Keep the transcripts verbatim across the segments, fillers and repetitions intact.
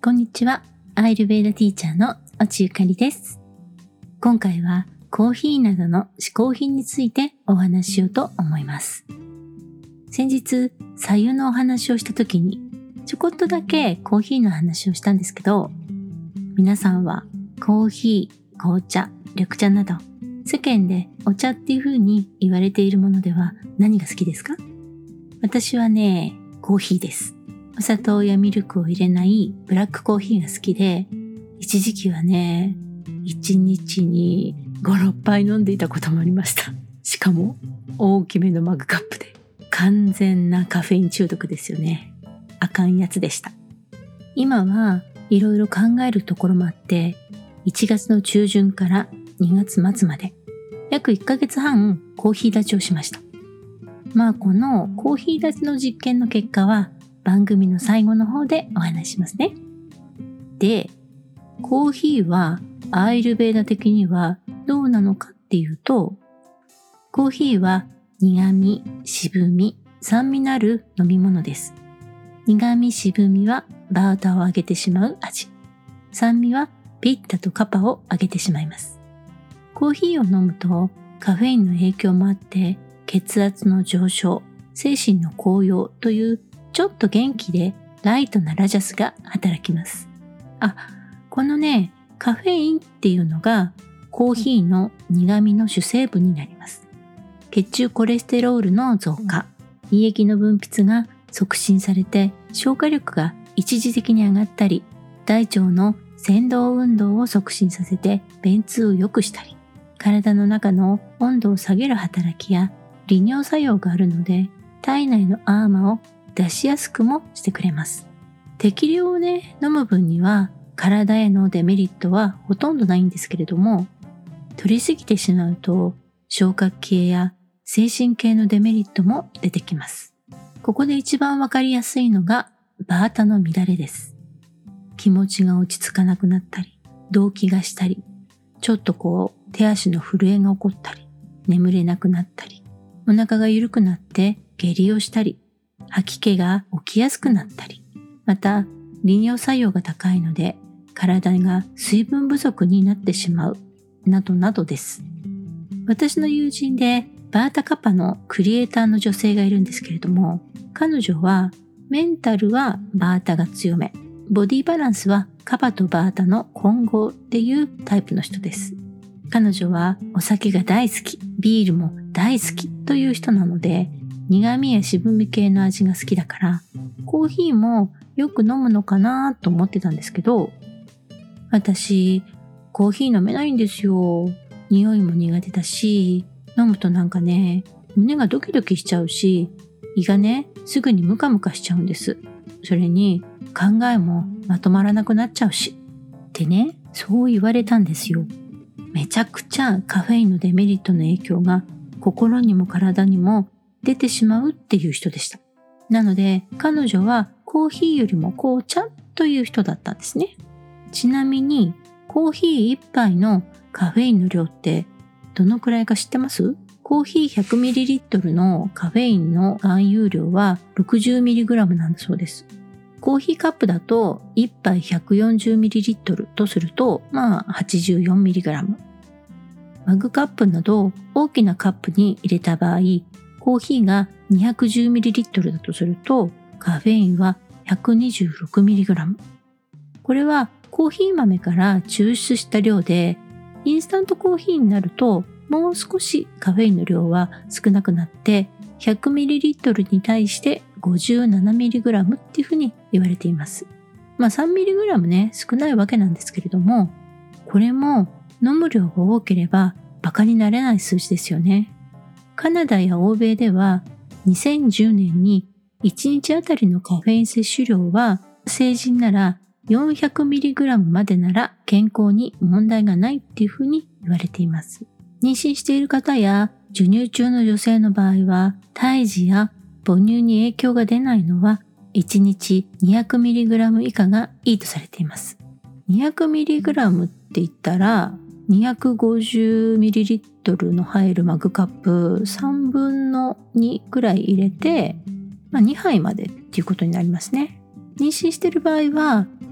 こんにちは。アイルベーダティーチャーの落ゆかりです。今回はコーヒーなどの嗜好品についてお話ししようと思います。先日、白湯のお話をした時にちょこっとだけコーヒーの話をしたんですけど、皆さんはコーヒー、紅茶、緑茶など世間でお茶っていう風に言われているものでは何が好きですか？私はね、コーヒーです。お砂糖やミルクを入れないブラックコーヒーが好きで、一時期はね、一日にご、ろっぱい飲んでいたこともありました。しかも大きめのマグカップで。完全なカフェイン中毒ですよね。あかんやつでした。今はいろいろ考えるところもあって、いちがつの中旬からにがつ末まで約いっかげつはんコーヒー立ちをしました。まあこのコーヒー立ちの実験の結果は番組の最後の方でお話ししますね。で、コーヒーはアーユルヴェーダ的にはどうなのかっていうと、コーヒーは苦味、渋み、酸味のある飲み物です。苦味、渋みはバータを上げてしまう味。酸味はピッタとカパを上げてしまいます。コーヒーを飲むとカフェインの影響もあって血圧の上昇、精神の高揚というちょっと元気でライトなラジャスが働きます。あ、このね、カフェインっていうのがコーヒーの苦味の主成分になります。血中コレステロールの増加、胃液の分泌が促進されて消化力が一時的に上がったり、大腸の蠕動運動を促進させて便通を良くしたり、体の中の温度を下げる働きや利尿作用があるので、体内のアーマを出しやすくもしてくれます。適量をね、飲む分には体へのデメリットはほとんどないんですけれども、取りすぎてしまうと消化系や精神系のデメリットも出てきます。ここで一番わかりやすいのがバータの乱れです。気持ちが落ち着かなくなったり、動悸がしたり、ちょっとこう手足の震えが起こったり、眠れなくなったり、お腹が緩くなって下痢をしたり、吐き気が起きやすくなったり、また利尿作用が高いので体が水分不足になってしまうなどなどです。私の友人でバータカパのクリエイターの女性がいるんですけれども、彼女はメンタルはバータが強め、ボディバランスはカパとバータの混合っていうタイプの人です。彼女はお酒が大好き、ビールも大好きという人なので、苦味や渋み系の味が好きだから、コーヒーもよく飲むのかなと思ってたんですけど、私、コーヒー飲めないんですよ。匂いも苦手だし、飲むとなんかね、胸がドキドキしちゃうし、胃がね、すぐにムカムカしちゃうんです。それに考えもまとまらなくなっちゃうし。ってね、そう言われたんですよ。めちゃくちゃカフェインのデメリットの影響が心にも体にも出てしまうっていう人でした。なので彼女はコーヒーよりも紅茶という人だったんですね。ちなみにコーヒーいっぱいのカフェインの量ってどのくらいか知ってます？コーヒー ひゃくミリリットル のカフェインの含有量は ろくじゅうミリグラム なんだそうです。コーヒーカップだといっぱい ひゃくよんじゅうミリリットル とすると、まあ はちじゅうよんミリグラム。マグカップなど大きなカップに入れた場合、コーヒーが にひゃくじゅうミリリットル だとすると、カフェインは ひゃくにじゅうろくミリグラム。これはコーヒー豆から抽出した量で、インスタントコーヒーになると、もう少しカフェインの量は少なくなって、ひゃくミリリットル に対してごじゅうななミリグラム っていうふうに言われています。まあ さんミリグラム ね、少ないわけなんですけれども、これも飲む量が多ければバカになれない数字ですよね。カナダや欧米ではにせんじゅうねんにいちにちあたりのカフェイン摂取量は成人なら よんひゃくミリグラム までなら健康に問題がないっていうふうに言われています。妊娠している方や授乳中の女性の場合は胎児や母乳に影響が出ないのはいちにち にひゃくミリグラム 以下がいいとされています。にひゃくミリグラム って言ったらにひゃくごじゅうミリリットル の入るマグカップさんぶんのにくらい入れて、まあ、にはいまでっていうことになりますね。妊娠している場合は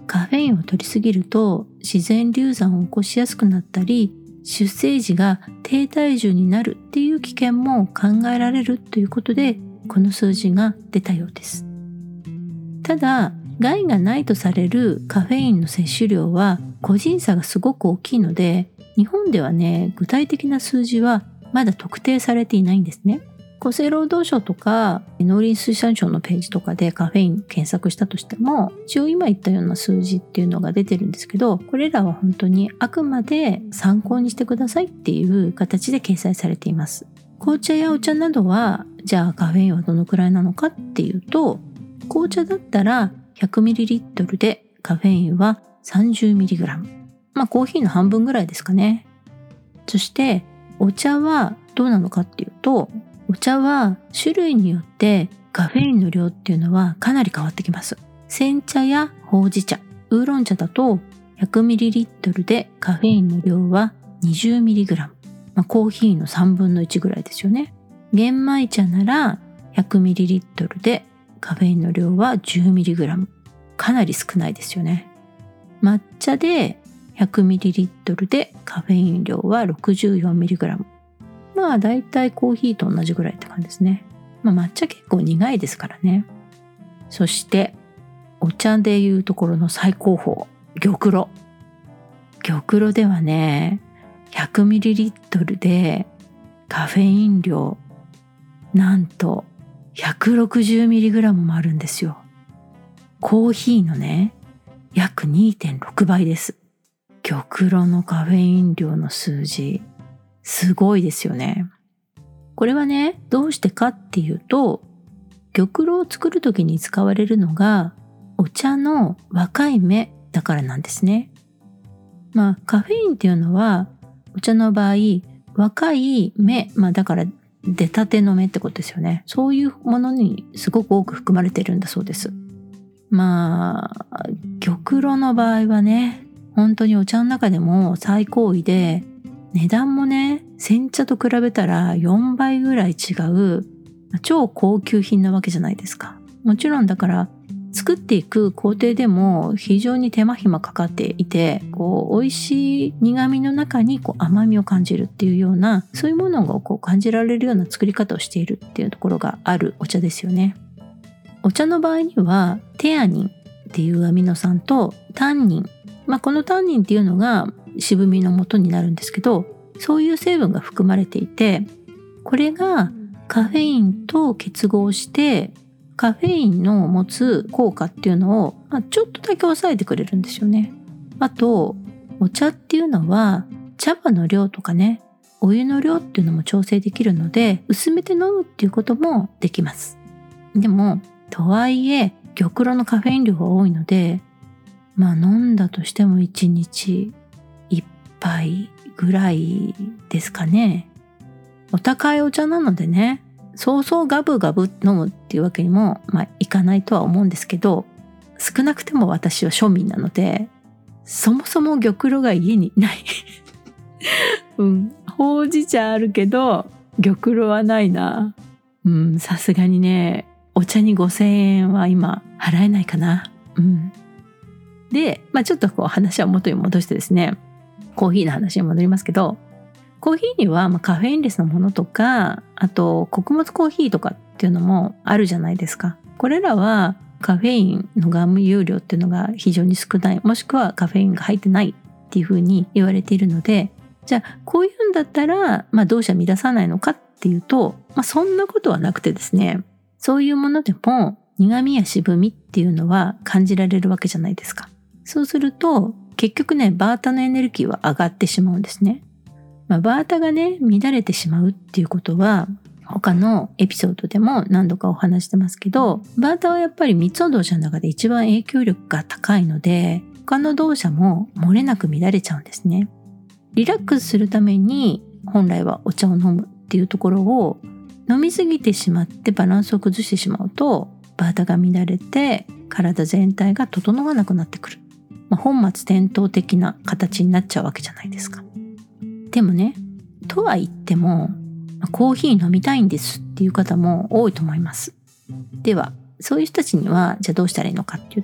カフェインを摂りすぎると自然流産を起こしやすくなったり、出生時が低体重になるっていう危険も考えられるということで、この数字が出たようです。ただ、害がないとされるカフェインの摂取量は個人差がすごく大きいので、日本ではね、具体的な数字はまだ特定されていないんですね。厚生労働省とか農林水産省のページとかでカフェイン検索したとしても、一応今言ったような数字っていうのが出てるんですけど、これらは本当にあくまで参考にしてくださいっていう形で掲載されています。紅茶やお茶などは、じゃあカフェインはどのくらいなのかっていうと、紅茶だったら ひゃくミリリットル でカフェインは さんじゅうミリグラム。まあコーヒーの半分ぐらいですかね。そしてお茶はどうなのかっていうと、お茶は種類によってカフェインの量っていうのはかなり変わってきます。煎茶やほうじ茶、ウーロン茶だと ひゃくミリリットル でカフェインの量は にじゅうミリグラム。まあ、コーヒーのさんぶんのいちぐらいですよね。玄米茶なら ひゃくミリリットル でカフェインの量は じゅうミリグラム。かなり少ないですよね。抹茶で ひゃくミリリットル でカフェイン量は ろくじゅうよんミリグラム。まあだいたいコーヒーと同じぐらいって感じですね。まあ抹茶結構苦いですからね。そしてお茶でいうところの最高峰、玉露。玉露ではね、ひゃくミリリットル でカフェイン量なんと ひゃくろくじゅうミリグラム もあるんですよ。コーヒーのね、約 にてんろくばいです。玉露のカフェイン量の数字、すごいですよね。これはね、どうしてかっていうと、玉露を作る時に使われるのがお茶の若い芽だからなんですね。まあカフェインっていうのはお茶の場合、若い芽、まあだから出たての芽ってことですよね。そういうものにすごく多く含まれているんだそうです。まあ玉露の場合はね、本当にお茶の中でも最高位で、値段もね、煎茶と比べたらよんばいぐらい違う超高級品なわけじゃないですか。もちろんだから作っていく工程でも非常に手間暇かかっていて、こう美味しい苦味の中にこう甘みを感じるっていうような、そういうものをこう感じられるような作り方をしているっていうところがあるお茶ですよね。お茶の場合にはテアニンっていうアミノ酸とタンニン、まあ、このタンニンっていうのが渋みの元になるんですけど、そういう成分が含まれていて、これがカフェインと結合してカフェインの持つ効果っていうのを、まあ、ちょっとだけ抑えてくれるんですよね。あとお茶っていうのは茶葉の量とかね、お湯の量っていうのも調整できるので、薄めて飲むっていうこともできます。でもとはいえ玉露のカフェイン量が多いので、まあ飲んだとしてもいちにちいっぱいぐらいですかね。お高いお茶なのでね、そうそうガブガブ飲むっていうわけにも、まあ、いかないとは思うんですけど、少なくても私は庶民なので、そもそも玉露が家にないうん、ほうじ茶あるけど玉露はないな。うん、さすがにね、お茶にごせんえんは今払えないかな。うん。で、まあちょっとこう話は元に戻してですね、コーヒーの話に戻りますけど、コーヒーにはまあカフェインレスのものとか、あと穀物コーヒーとかっていうのもあるじゃないですか。これらはカフェインの含有量っていうのが非常に少ない、もしくはカフェインが入ってないっていうふうに言われているので、じゃあこういうんだったら、まあどうして乱さないのかっていうと、まあそんなことはなくてですね、そういうものでも苦味や渋みっていうのは感じられるわけじゃないですか。そうすると結局ね、バータのエネルギーは上がってしまうんですね。まあ、バータがね、乱れてしまうっていうことは他のエピソードでも何度かお話してますけど、バータはやっぱりみっつの動作の中で一番影響力が高いので、他の動作も漏れなく乱れちゃうんですね。リラックスするために本来はお茶を飲むっていうところを飲みすぎてしまってバランスを崩してしまうと、バータが乱れて体全体が整わなくなってくる、まあ、本末転倒的な形になっちゃうわけじゃないですか。でもね、とは言ってもコーヒー飲みたいんですっていう方も多いと思います。ではそういう人たちにはじゃあどうしたらいいのかっていうと、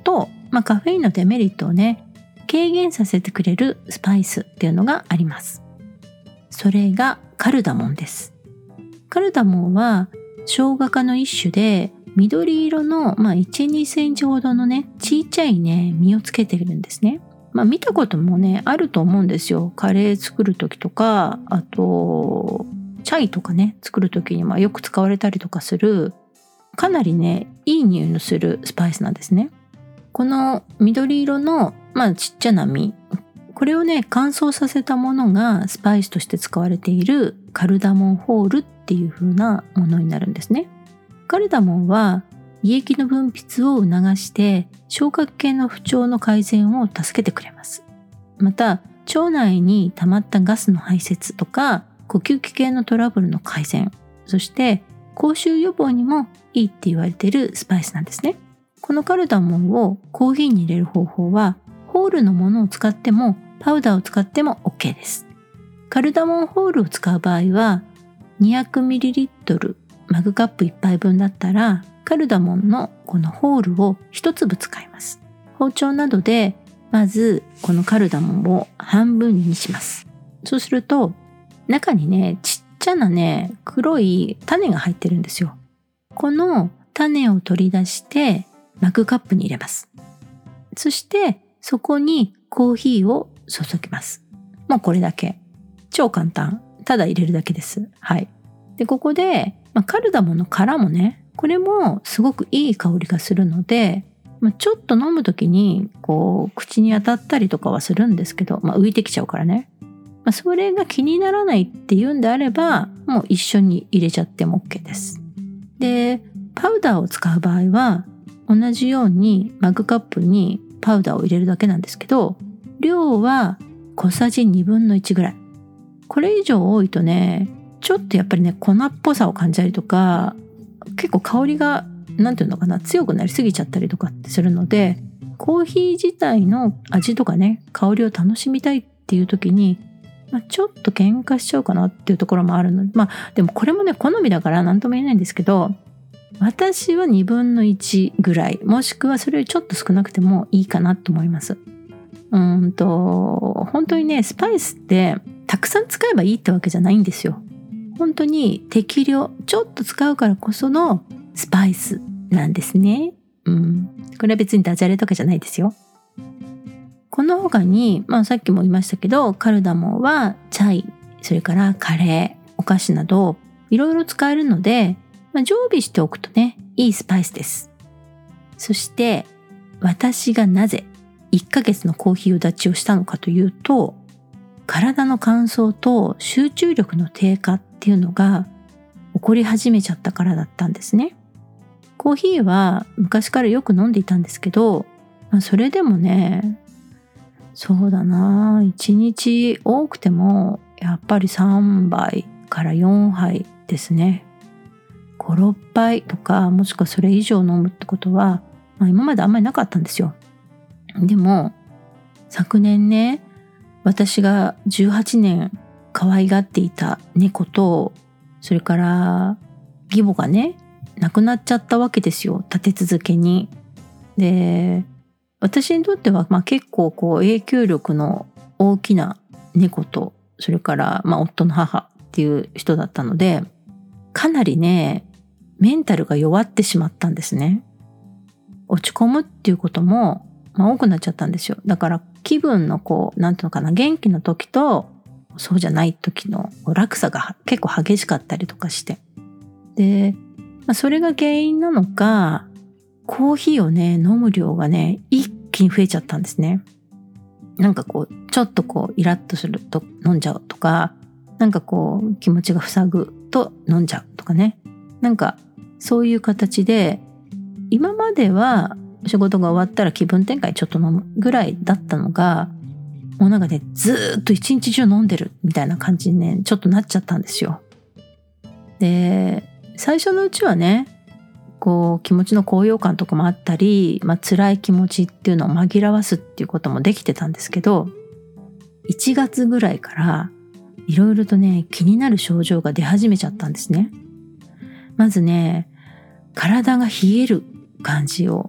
まあ、カフェインのデメリットをね軽減させてくれるスパイスっていうのがあります。それがカルダモンです。カルダモンは生姜科の一種で、緑色の、まあ、いち、にセンチほどのねちっちゃいね実をつけてるんですね。まあ見たこともねあると思うんですよ。カレー作る時とか、あとチャイとかね作る時にまあよく使われたりとかする、かなりねいい匂いのするスパイスなんですね。この緑色のまあちっちゃな実、これをね乾燥させたものがスパイスとして使われているカルダモンホールっていう風なものになるんですね。カルダモンは胃液の分泌を促して消化系の不調の改善を助けてくれます。また腸内に溜まったガスの排泄とか呼吸器系のトラブルの改善、そして口臭予防にもいいって言われているスパイスなんですね。このカルダモンをコーヒーに入れる方法は、ホールのものを使ってもパウダーを使っても OK です。カルダモンホールを使う場合は にひゃくミリリットル マグカップいっぱいぶんだったら、カルダモンのこのホールをひとつぶ使います。包丁などでまずこのカルダモンを半分にします。そうすると中にねちっちゃなね黒い種が入ってるんですよ。この種を取り出してマグカップに入れます。そしてそこにコーヒーを注ぎます。もうこれだけ。超簡単。ただ入れるだけです。はい。で、ここで、まあ、カルダモンの殻もね、これもすごくいい香りがするので、まあ、ちょっと飲むときにこう口に当たったりとかはするんですけど、まあ、浮いてきちゃうからね。まあ、それが気にならないっていうんであれば、もう一緒に入れちゃっても OK です。で、パウダーを使う場合は、同じようにマグカップにパウダーを入れるだけなんですけど、量は小さじにぶんのいちぐらい。これ以上多いとね、ちょっとやっぱりね粉っぽさを感じたりとか、結構香りがなんていうのかな強くなりすぎちゃったりとかってするので、コーヒー自体の味とかね香りを楽しみたいっていう時に、まあ、ちょっと喧嘩しちゃうかなっていうところもあるので、まあでもこれもね好みだから何とも言えないんですけど、私はにぶんのいちぐらい、もしくはそれよりちょっと少なくてもいいかなと思います。うーんと本当にねスパイスってたくさん使えばいいってわけじゃないんですよ。本当に適量、ちょっと使うからこそのスパイスなんですね。うん、これは別にダジャレとかじゃないですよ。この他に、まあさっきも言いましたけど、カルダモンはチャイ、それからカレー、お菓子などいろいろ使えるので、まあ、常備しておくとね、いいスパイスです。そして私がなぜいっかげつのコーヒーを断ちをしたのかというと、体の乾燥と集中力の低下っていうのが起こり始めちゃったからだったんですね。コーヒーは昔からよく飲んでいたんですけど、まあ、それでもね、そうだな、いちにち多くてもやっぱりさんばいからよんはいですね。ご、ろっぱいとか、もしくはそれ以上飲むってことは、まあ、今まであんまりなかったんですよ。でも昨年ね、私がじゅうはちねん可愛がっていた猫と、それから義母がね亡くなっちゃったわけですよ、立て続けに。で、私にとってはまあ結構こう影響力の大きな猫と、それからまあ夫の母っていう人だったので、かなりねメンタルが弱ってしまったんですね。落ち込むっていうこともまあ多くなっちゃったんですよ。だから気分のこうなんていうのかな、元気の時とそうじゃない時の落差が結構激しかったりとかして、で、まあ、それが原因なのか、コーヒーをね飲む量がね一気に増えちゃったんですね。なんかこうちょっとこうイラッとすると飲んじゃうとか、なんかこう気持ちが塞ぐと飲んじゃうとかね、なんかそういう形で、今までは仕事が終わったら気分転換ちょっと飲むぐらいだったのが、もうなんかねずーっと一日中飲んでるみたいな感じにねちょっとなっちゃったんですよ。で、最初のうちはねこう気持ちの高揚感とかもあったり、まあ辛い気持ちっていうのを紛らわすっていうこともできてたんですけど、いちがつぐらいからいろいろとね気になる症状が出始めちゃったんですね。まずね、体が冷える感じを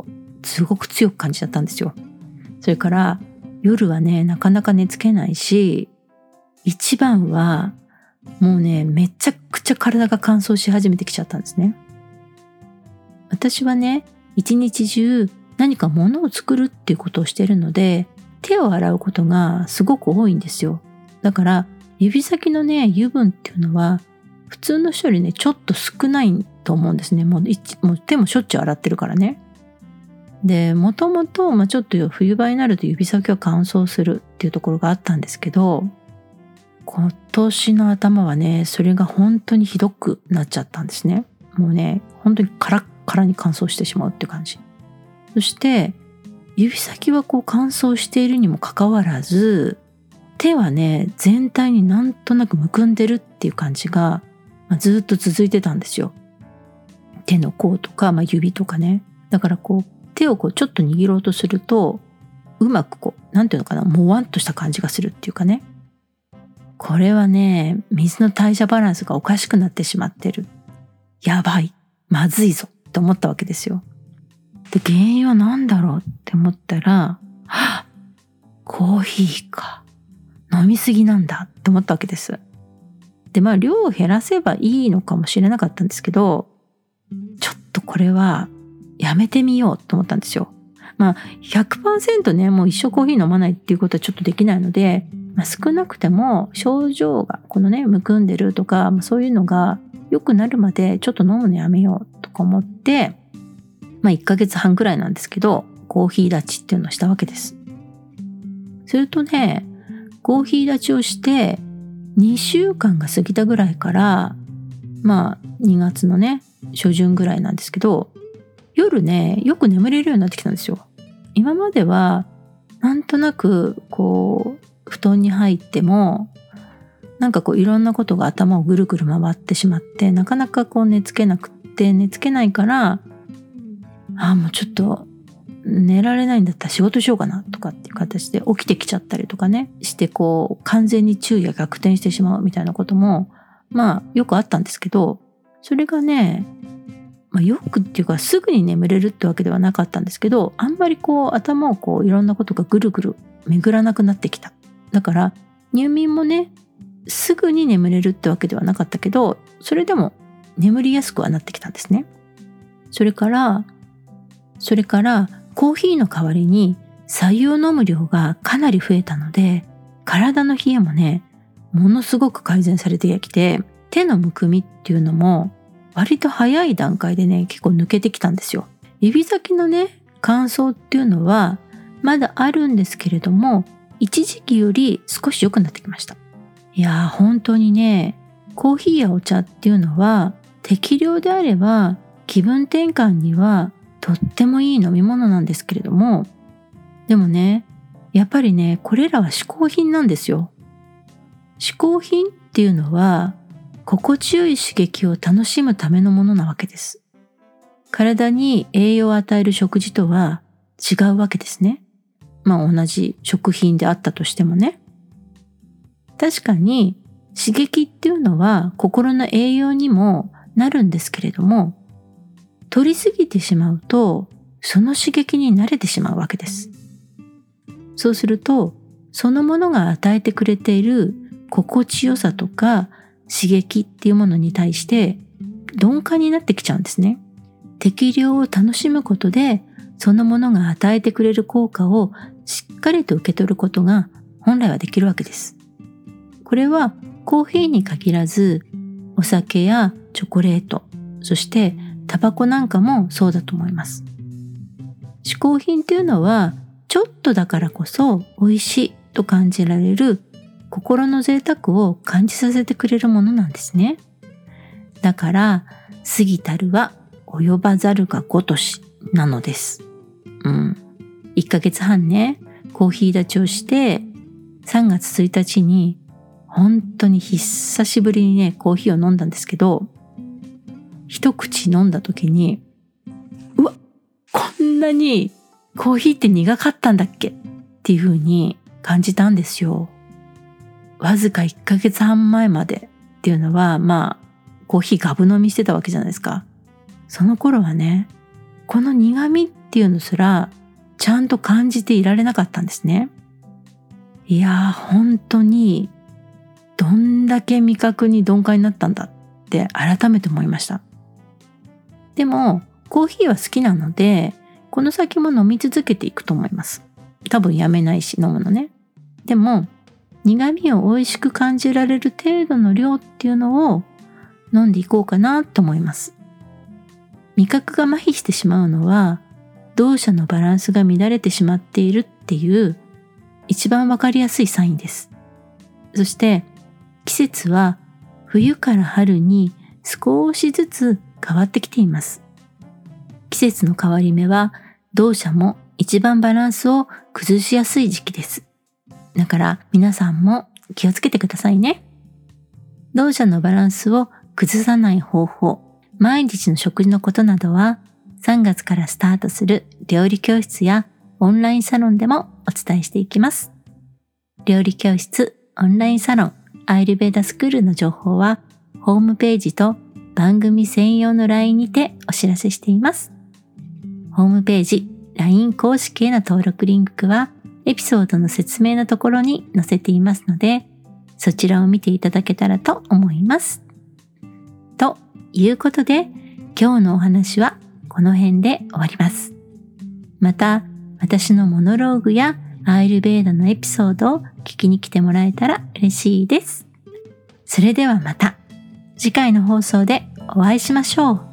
すごく強く感じちゃったんですよ。それから夜はね、なかなか寝つけないし、一番はもうね、めちゃくちゃ体が乾燥し始めてきちゃったんですね。私はね、一日中何か物を作るっていうことをしているので、手を洗うことがすごく多いんですよ。だから指先のね、油分っていうのは普通の人よりね、ちょっと少ないと思うんですね。もう、もう手もしょっちゅう洗ってるからね。で、もともと、まあ、ちょっと冬場になると指先は乾燥するっていうところがあったんですけど、今年の頭はね、それが本当にひどくなっちゃったんですね。もうね、本当にカラッカラに乾燥してしまうって感じ。そして指先はこう乾燥しているにもかかわらず、手はね、全体になんとなくむくんでるっていう感じが、まあ、ずっと続いてたんですよ。手の甲とか、まあ、指とかね。だからこう手をこうちょっと握ろうとすると、うまくこうなんていうのかな、もわんとした感じがするっていうかね。これはね、水の代謝バランスがおかしくなってしまってる。やばい、まずいぞって思ったわけですよ。で、原因は何だろうって思ったら、はっ、コーヒーか。飲みすぎなんだって思ったわけです。で、まあ量を減らせばいいのかもしれなかったんですけど、ちょっとこれはやめてみようと思ったんですよ。まあ ひゃくパーセント ね、もう一生コーヒー飲まないっていうことはちょっとできないので、まあ、少なくても症状がこのね、むくんでるとか、まあ、そういうのが良くなるまでちょっと飲むのやめようとか思って、まあいっかげつはんくらいなんですけど、コーヒー立ちっていうのをしたわけです。するとね、コーヒー立ちをしてにしゅうかんが過ぎたぐらいから、まあにがつのね、初旬ぐらいなんですけど、夜ね、よく眠れるようになってきたんですよ。今まではなんとなくこう布団に入ってもなんかこういろんなことが頭をぐるぐる回ってしまって、なかなかこう寝つけなくって寝つけないから、ああもうちょっと寝られないんだったら仕事しようかなとかっていう形で起きてきちゃったりとかねしてこう完全に昼夜逆転してしまうみたいなこともまあよくあったんですけど、それがね、まあ、よくっていうかすぐに眠れるってわけではなかったんですけど、あんまりこう頭をこういろんなことがぐるぐる巡らなくなってきた。だから入眠もねすぐに眠れるってわけではなかったけど、それでも眠りやすくはなってきたんですね。それからそれからコーヒーの代わりに白湯を飲む量がかなり増えたので、体の冷えもねものすごく改善されてきて、手のむくみっていうのも割と早い段階でね結構抜けてきたんですよ。指先のね乾燥っていうのはまだあるんですけれども、一時期より少し良くなってきました。いやー本当にね、コーヒーやお茶っていうのは適量であれば気分転換にはとってもいい飲み物なんですけれども、でもねやっぱりねこれらは嗜好品なんですよ。嗜好品っていうのは心地よい刺激を楽しむためのものなわけです。体に栄養を与える食事とは違うわけですね。まあ同じ食品であったとしてもね。確かに刺激っていうのは心の栄養にもなるんですけれども、取りすぎてしまうとその刺激に慣れてしまうわけです。そうするとそのものが与えてくれている心地よさとか刺激っていうものに対して鈍感になってきちゃうんですね。適量を楽しむことでそのものが与えてくれる効果をしっかりと受け取ることが本来はできるわけです。これはコーヒーに限らずお酒やチョコレート、そしてタバコなんかもそうだと思います。嗜好品っていうのはちょっとだからこそ美味しいと感じられる心の贅沢を感じさせてくれるものなんですね。だから過ぎたるは及ばざるがごとしなのです。うん。いっかげつはんね、コーヒー立ちをしてさんがつついたちに本当に久しぶりにねコーヒーを飲んだんですけど、一口飲んだ時に、うわ、こんなにコーヒーって苦かったんだっけっていう風に感じたんですよ。わずかいっかげつはんまえまでっていうのはまあコーヒーガブ飲みしてたわけじゃないですか。その頃はね、この苦味ってっていうのすらちゃんと感じていられなかったんですね。いやー本当にどんだけ味覚に鈍感になったんだって改めて思いました。でもコーヒーは好きなのでこの先も飲み続けていくと思います。多分やめないし飲むのね。でも苦味を美味しく感じられる程度の量っていうのを飲んでいこうかなと思います。味覚が麻痺してしまうのは動作のバランスが乱れてしまっているっていう一番わかりやすいサインです。そして季節は冬から春に少しずつ変わってきています。季節の変わり目は動作も一番バランスを崩しやすい時期です。だから皆さんも気をつけてくださいね。動作のバランスを崩さない方法、毎日の食事のことなどはさんがつからスタートする料理教室やオンラインサロンでもお伝えしていきます。料理教室、オンラインサロン、アイルベーダスクールの情報はホームページと番組専用の ライン にてお知らせしています。ホームページ、ライン 公式への登録リンクはエピソードの説明のところに載せていますので、そちらを見ていただけたらと思います。ということで、今日のお話はこの辺で終わります。また、私のモノローグやアイルベーダのエピソードを聞きに来てもらえたら嬉しいです。それではまた次回の放送でお会いしましょう。